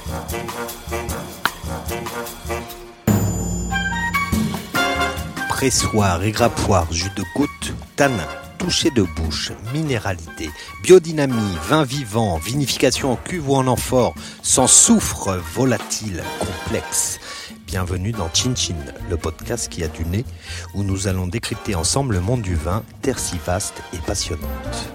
Pressoir, égrappoir, jus de goutte, tanin, toucher de bouche, minéralité, biodynamie, vin vivant, vinification en cuve ou en amphore, sans soufre, volatile, complexe. Bienvenue dans Chin Chin, le podcast qui a du nez, où nous allons décrypter ensemble le monde du vin, terre si vaste et passionnante.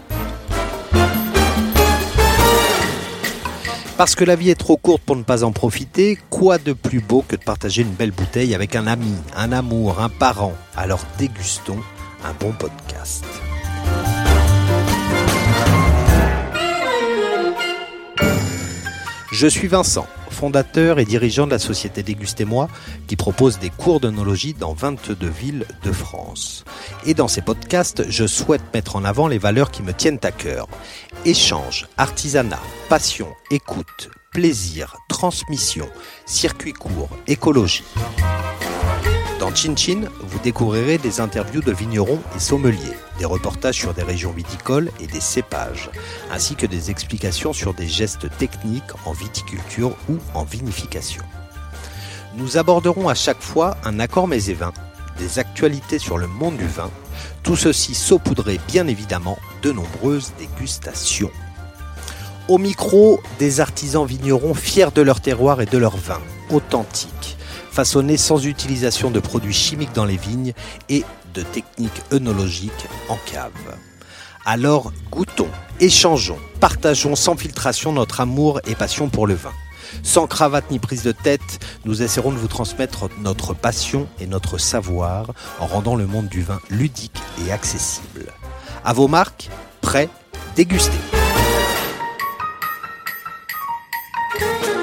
Parce que la vie est trop courte pour ne pas en profiter, quoi de plus beau que de partager une belle bouteille avec un ami, un amour, un parent. Alors dégustons un bon podcast. Je suis Vincent, fondateur et dirigeant de la société Dégustez-moi qui propose des cours d'œnologie dans 22 villes de France. Et dans ces podcasts, je souhaite mettre en avant les valeurs qui me tiennent à cœur. Échange, artisanat, passion, écoute, plaisir, transmission, circuit court, écologie. Dans Chin Chin, vous découvrirez des interviews de vignerons et sommeliers, des reportages sur des régions viticoles et des cépages, ainsi que des explications sur des gestes techniques en viticulture ou en vinification. Nous aborderons à chaque fois un accord mets et vins, des actualités sur le monde du vin, tout ceci saupoudré bien évidemment de nombreuses dégustations. Au micro, des artisans vignerons fiers de leur terroir et de leur vin, authentiques, façonnés sans utilisation de produits chimiques dans les vignes et de techniques œnologiques en cave. Alors goûtons, échangeons, partageons sans filtration notre amour et passion pour le vin. Sans cravate ni prise de tête, nous essaierons de vous transmettre notre passion et notre savoir en rendant le monde du vin ludique et accessible. À vos marques, prêts, dégustez.